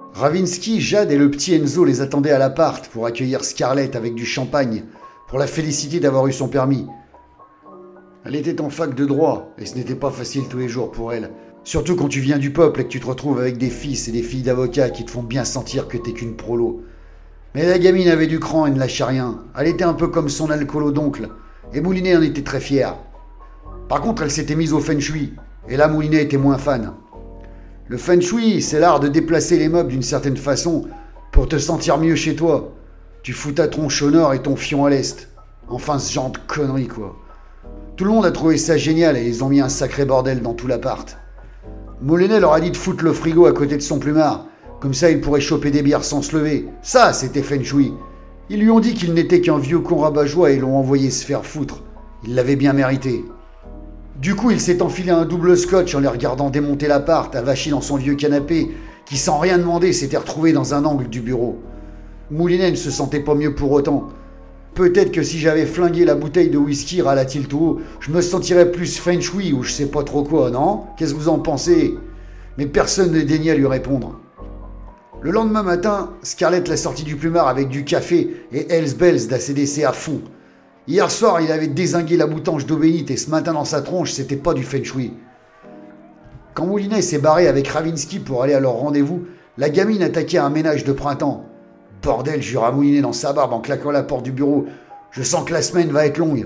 Ravinsky, Jade et le petit Enzo les attendaient à l'appart pour accueillir Scarlett avec du champagne, pour la féliciter d'avoir eu son permis. Elle était en fac de droit, et ce n'était pas facile tous les jours pour elle. Surtout quand tu viens du peuple et que tu te retrouves avec des fils et des filles d'avocats qui te font bien sentir que t'es qu'une prolo. Mais la gamine avait du cran et ne lâchait rien. Elle était un peu comme son alcoolo d'oncle, et Moulinet en était très fier. Par contre, elle s'était mise au feng shui, et là Moulinet était moins fan. Le feng shui, c'est l'art de déplacer les meubles d'une certaine façon pour te sentir mieux chez toi. Tu fous ta tronche au nord et ton fion à l'est. Enfin, ce genre de conneries, quoi. Tout le monde a trouvé ça génial et ils ont mis un sacré bordel dans tout l'appart. Moulinet leur a dit de foutre le frigo à côté de son plumard. Comme ça, ils pourraient choper des bières sans se lever. Ça, c'était feng shui. Ils lui ont dit qu'il n'était qu'un vieux con rabat-joie et l'ont envoyé se faire foutre. Il l'avait bien mérité. Du coup, il s'est enfilé un double scotch en les regardant démonter l'appart, avachi dans son vieux canapé, qui sans rien demander s'était retrouvé dans un angle du bureau. Moulinet ne se sentait pas mieux pour autant. Peut-être que si j'avais flingué la bouteille de whisky, râla-t-il tout haut, je me sentirais plus feng shui ou je sais pas trop quoi, non? Qu'est-ce que vous en pensez? Mais personne ne daignait lui répondre. Le lendemain matin, Scarlett l'a sorti du plumard avec du café et Hells Bells d'ACDC à fond. Hier soir, il avait dézingué la boutange d'eau bénite et ce matin dans sa tronche, c'était pas du feng shui. Quand Moulinet s'est barré avec Ravinsky pour aller à leur rendez-vous, la gamine attaquait un ménage de printemps. Bordel, jura Moulinet dans sa barbe en claquant la porte du bureau. Je sens que la semaine va être longue.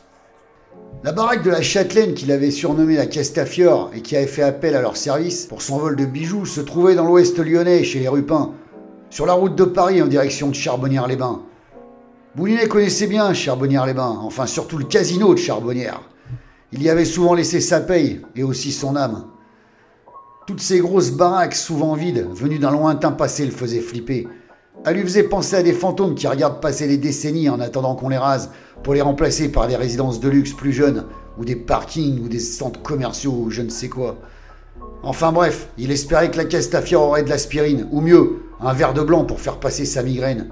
La baraque de la châtelaine qu'il avait surnommée la Castafiore et qui avait fait appel à leur service pour son vol de bijoux se trouvait dans l'ouest lyonnais, chez les Rupins, sur la route de Paris en direction de Charbonnières-les-Bains. Moulinet connaissait bien Charbonnières-les-Bains, enfin surtout le casino de Charbonnières. Il y avait souvent laissé sa paye et aussi son âme. Toutes ces grosses baraques, souvent vides, venues d'un lointain passé, le faisaient flipper. Elle lui faisait penser à des fantômes qui regardent passer les décennies en attendant qu'on les rase pour les remplacer par des résidences de luxe plus jeunes, ou des parkings, ou des centres commerciaux, ou je ne sais quoi. Enfin bref, il espérait que la Castafiore aurait de l'aspirine, ou mieux, un verre de blanc pour faire passer sa migraine.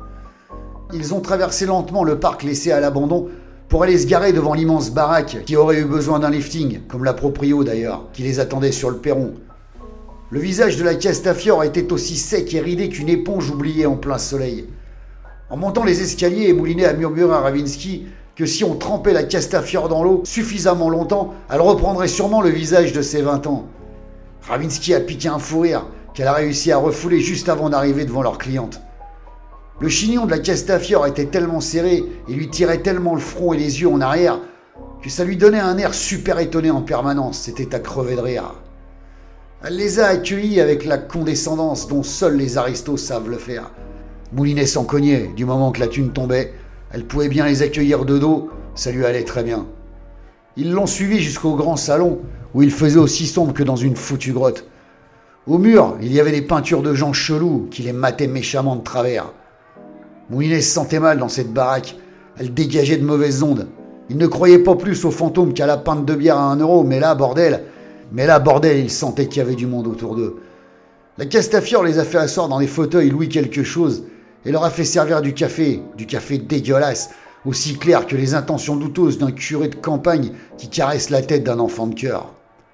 Ils ont traversé lentement le parc laissé à l'abandon pour aller se garer devant l'immense baraque qui aurait eu besoin d'un lifting, comme la proprio d'ailleurs, qui les attendait sur le perron. Le visage de la Castafiore était aussi sec et ridé qu'une éponge oubliée en plein soleil. En montant les escaliers, Moulinet a murmuré à Ravinsky que si on trempait la Castafiore dans l'eau suffisamment longtemps, elle reprendrait sûrement le visage de ses 20 ans. Ravinsky a piqué un fou rire qu'elle a réussi à refouler juste avant d'arriver devant leur cliente. Le chignon de la Castafiore était tellement serré et lui tirait tellement le front et les yeux en arrière que ça lui donnait un air super étonné en permanence. C'était à crever de rire. Elle les a accueillis avec la condescendance dont seuls les aristos savent le faire. Moulinet s'en cognait, du moment que la thune tombait. Elle pouvait bien les accueillir de dos, ça lui allait très bien. Ils l'ont suivi jusqu'au grand salon, où il faisait aussi sombre que dans une foutue grotte. Au mur, il y avait des peintures de gens chelous qui les mataient méchamment de travers. Moulinet se sentait mal dans cette baraque. Elle dégageait de mauvaises ondes. Il ne croyait pas plus aux fantômes qu'à la pinte de bière à 1 euro, mais là, bordel, il sentait qu'il y avait du monde autour d'eux. La Castafiore les a fait asseoir dans des fauteuils Louis quelque chose et leur a fait servir du café dégueulasse, aussi clair que les intentions douteuses d'un curé de campagne qui caresse la tête d'un enfant de cœur.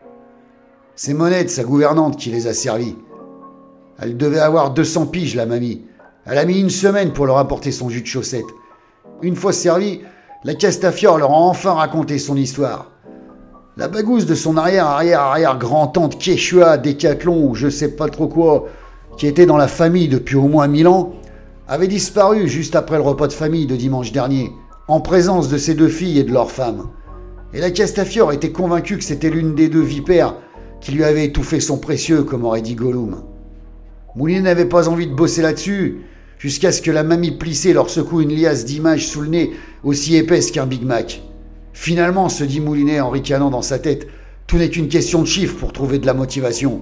C'est Monette, sa gouvernante, qui les a servis. Elle devait avoir 200 piges, la mamie. Elle a mis 1 semaine pour leur apporter son jus de chaussette. Une fois servie, la Castafiore leur a enfin raconté son histoire. La bagousse de son arrière-grand-tante Quechua, Décathlon ou je sais pas trop quoi, qui était dans la famille depuis au moins 1000 ans, avait disparu juste après le repas de famille de dimanche dernier, en présence de ses 2 filles et de leurs femmes. Et la Castafiore était convaincue que c'était l'une des 2 vipères qui lui avait étouffé son précieux, comme aurait dit Gollum. Moulinet n'avait pas envie de bosser là-dessus, jusqu'à ce que la mamie plissée leur secoue une liasse d'images sous le nez aussi épaisse qu'un Big Mac. Finalement, se dit Moulinet en ricanant dans sa tête, tout n'est qu'une question de chiffres pour trouver de la motivation.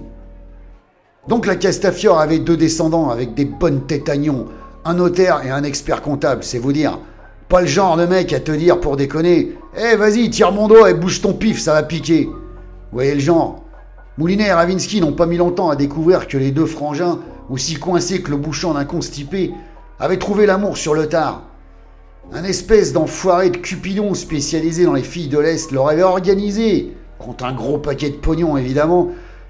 Donc la Castafiore avait 2 descendants avec des bonnes têtes à gnon, un notaire et un expert comptable, c'est vous dire. Pas le genre de mec à te dire pour déconner « Eh vas-y, tire mon dos et bouge ton pif, ça va piquer !» Vous voyez le genre. Moulinet et Ravinsky n'ont pas mis longtemps à découvrir que les 2 frangins, aussi coincés que le bouchon d'un constipé, avaient trouvé l'amour sur le tard. Un espèce d'enfoiré de Cupidon spécialisé dans les filles de l'Est leur avait organisé, contre un gros paquet de pognon évidemment,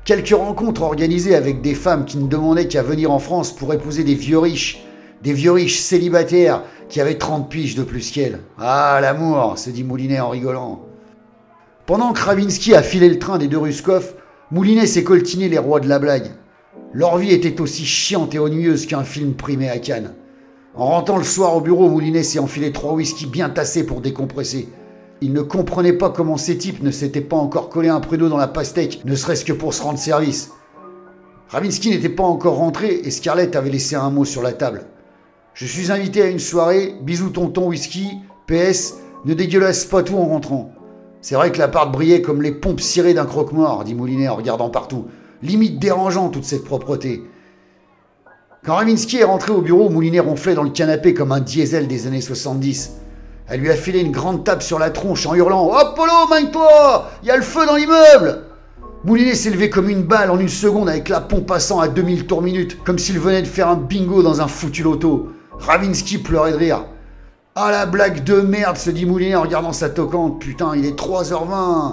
Quelques rencontres organisées avec des femmes qui ne demandaient qu'à venir en France pour épouser des vieux riches célibataires qui avaient 30 piges de plus qu'elle. Ah, l'amour, se dit Moulinet en rigolant. Pendant que Ravinsky a filé le train des deux Ruskov, Moulinet s'est coltiné les rois de la blague. Leur vie était aussi chiante et ennuyeuse qu'un film primé à Cannes. En rentrant le soir au bureau, Moulinet s'est enfilé 3 whisky bien tassés pour décompresser. Il ne comprenait pas comment ces types ne s'étaient pas encore collé un pruneau dans la pastèque, ne serait-ce que pour se rendre service. Ravinsky n'était pas encore rentré et Scarlett avait laissé un mot sur la table. « Je suis invité à une soirée, bisous tonton whisky, PS, ne dégueulasse pas tout en rentrant. » C'est vrai que l'appart brillait comme les pompes cirées d'un croque-mort, dit Moulinet en regardant partout. Limite dérangeant toute cette propreté. Quand Ravinsky est rentré au bureau, Moulinet ronflait dans le canapé comme un diesel des années 70. Elle lui a filé une grande tape sur la tronche en hurlant « Oh Polo, magne-toi, il y a le feu dans l'immeuble !» Moulinet s'est levé comme une balle en une seconde avec la pompe passant à 2000 tours minute, comme s'il venait de faire un bingo dans un foutu loto. Ravinsky pleurait de rire. « Ah la blague de merde !» se dit Moulinet en regardant sa toquante. « Putain, il est 3h20 !»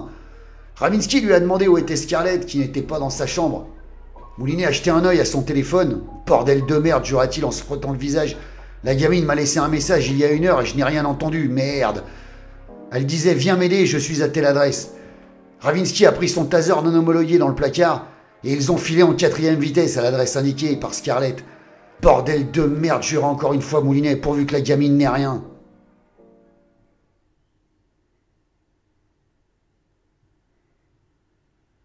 Ravinsky lui a demandé où était Scarlett, qui n'était pas dans sa chambre. Moulinet a jeté un œil à son téléphone. « Bordel de merde !» jura-t-il en se frottant le visage. « La gamine m'a laissé un message il y a 1 heure et je n'ai rien entendu. Merde !» Elle disait « Viens m'aider, je suis à telle adresse. » Ravinsky a pris son taser non homologué dans le placard et ils ont filé en 4e vitesse à l'adresse indiquée par Scarlett. « Bordel de merde !» jura encore une fois Moulinet, pourvu que la gamine n'ait rien.